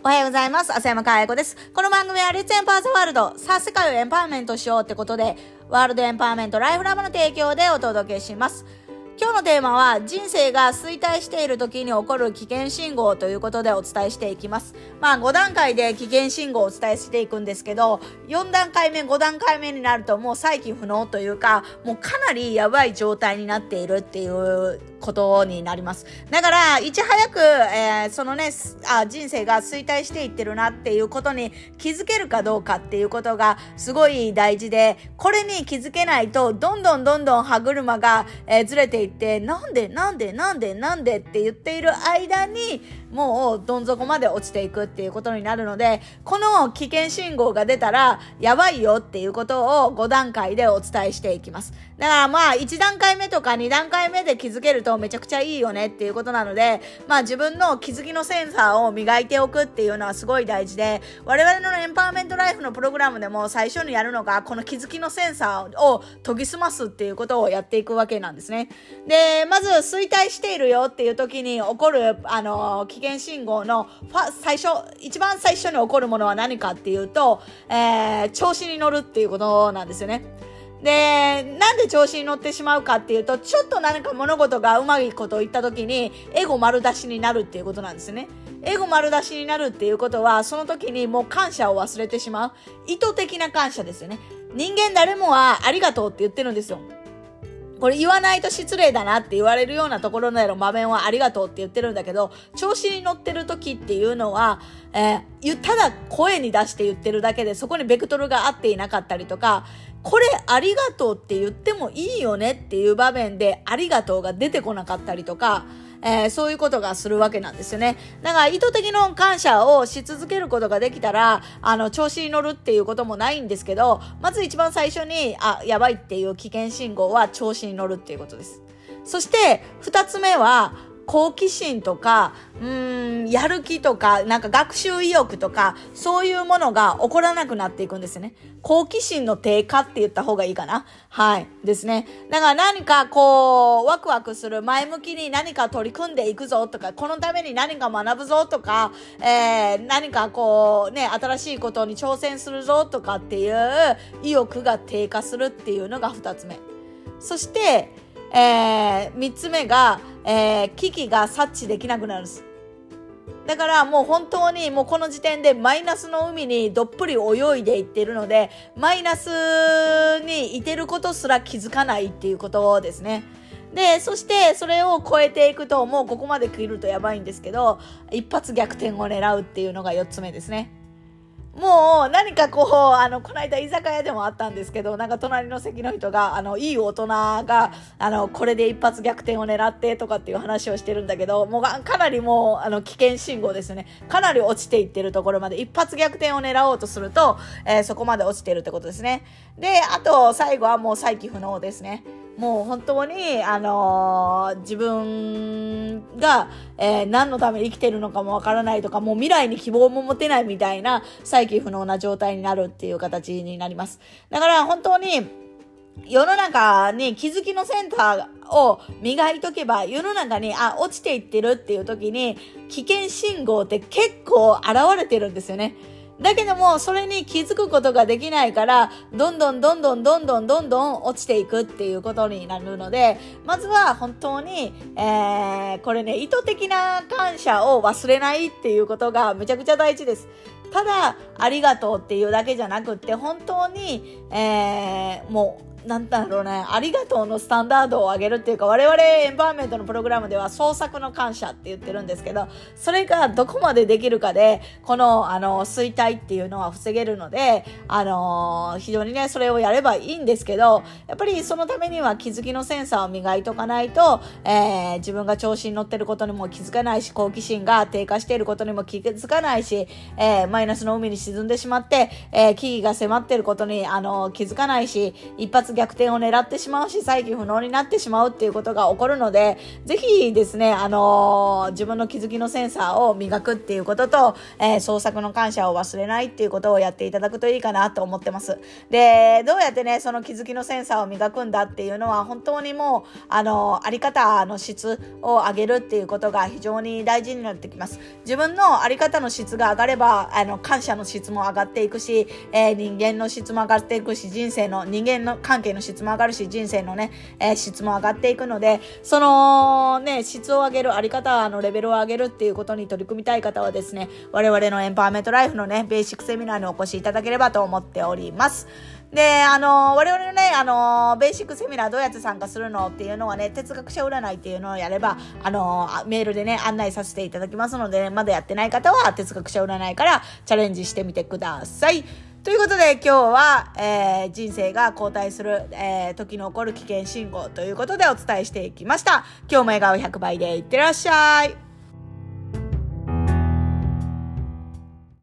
おはようございます。浅山かや子です。この番組はレッツエンパワーザワールド、さあ世界をエンパワーメントしようってことで、ワールドエンパワーメントライフラボの提供でお届けします。今日のテーマは人生が衰退している時に起こる危険信号ということでお伝えしていきます。5段階で危険信号をお伝えしていくんですけど、4段階目、5段階目になるともう再起不能というか、もうかなりやばい状態になっているっていうことになります。だからいち早く、人生が衰退していってるなっていうことに気づけるかどうかっていうことがすごい大事で、これに気づけないとどんどん歯車が、ずれていってなんでって言っている間にもうどん底まで落ちていくっていうことになるので、この危険信号が出たらやばいよっていうことを5段階でお伝えしていきます。だから1段階目とか2段階目で気づけるとめちゃくちゃいいよねっていうことなので、自分の気づきのセンサーを磨いておくっていうのはすごい大事で、我々のエンパワーメントライフのプログラムでも最初にやるのがこの気づきのセンサーを研ぎ澄ますっていうことをやっていくわけなんですね。で、まず衰退しているよっていう時に起こる危険信号の一番最初に起こるものは何かっていうと、調子に乗るっていうことなんですよね。で、なんで調子に乗ってしまうかっていうと、ちょっと何か物事がうまいことを言った時にエゴ丸出しになるっていうことなんですよね。エゴ丸出しになるっていうことは、その時にもう感謝を忘れてしまう。意図的な感謝ですよね。人間誰もはありがとうって言ってるんですよ。これ言わないと失礼だなって言われるようなところの場面はありがとうって言ってるんだけど、調子に乗ってる時っていうのは、ただ声に出して言ってるだけで、そこにベクトルが合っていなかったりとか、これありがとうって言ってもいいよねっていう場面でありがとうが出てこなかったりとか、そういうことがするわけなんですよね。だから意図的な感謝をし続けることができたら、調子に乗るっていうこともないんですけど、まず一番最初にやばいっていう危険信号は調子に乗るっていうことです。そして二つ目は好奇心とかやる気とか学習意欲とか、そういうものが起こらなくなっていくんですね。好奇心の低下って言った方がいいかな。はいですね。だから何かワクワクする、前向きに何か取り組んでいくぞとか、このために何か学ぶぞとか、何か新しいことに挑戦するぞとかっていう意欲が低下するっていうのが2つ目。そして3つ目が、危機が察知できなくなるんです。だからもう本当にもうこの時点でマイナスの海にどっぷり泳いでいっているので、マイナスにいてることすら気づかないっていうことですね。で、そしてそれを超えていくと、もうここまで来るとやばいんですけど、一発逆転を狙うっていうのが4つ目ですね。もう何かこの間居酒屋でもあったんですけど、隣の席の人がいい大人がこれで一発逆転を狙ってとかっていう話をしてるんだけど、もうかなりもう危険信号ですよね。かなり落ちていってるところまで一発逆転を狙おうとすると、そこまで落ちてるってことですね。で、あと最後はもう再起不能ですね。もう本当に自分が、何のために生きてるのかもわからないとか、もう未来に希望も持てないみたいな再起不能な状態になるっていう形になります。だから本当に世の中に気づきのセンターを磨いとけば、世の中に落ちていってるっていう時に危険信号って結構現れてるんですよね。だけどもそれに気づくことができないから、どんどん落ちていくっていうことになるので、まずは本当に、これね、意図的な感謝を忘れないっていうことがめちゃくちゃ大事です。ただありがとうっていうだけじゃなくって、本当に、もうありがとうのスタンダードを上げるっていうか、我々エンパワーメントのプログラムでは創作の感謝って言ってるんですけど、それがどこまでできるかでこの衰退っていうのは防げるので、非常にねそれをやればいいんですけど、やっぱりそのためには気づきのセンサーを磨いとかないと、自分が調子に乗ってることにも気づかないし、好奇心が低下していることにも気づかないし、マイナスの海に沈んでしまって、危機が迫っていることに気づかないし、一発逆転を狙ってしまうし、再起不能になってしまうっていうことが起こるので、ぜひですね、自分の気づきのセンサーを磨くっていうことと、創作の感謝を忘れないっていうことをやっていただくといいかなと思ってます。で、どうやってね、その気づきのセンサーを磨くんだっていうのは、本当にもう、あり方の質を上げるっていうことが非常に大事になってきます。自分のあり方の質が上がれば、感謝の質も上がっていくし、人間の質も上がっていくし、人間の関係の質も上がるし、人生のね、質も上がっていくので、そのね、質を上げる、あり方のレベルを上げるっていうことに取り組みたい方はですね、我々のエンパワーメントライフのね、ベーシックセミナーにお越しいただければと思っております。で、我々のね、ベーシックセミナーどうやって参加するのっていうのはね、哲学者占いっていうのをやれば、メールでね、案内させていただきますので、ね、まだやってない方は哲学者占いからチャレンジしてみてください。ということで今日は、人生が後退する、時に起こる危険信号ということでお伝えしていきました。今日も笑顔100倍でいってらっしゃい。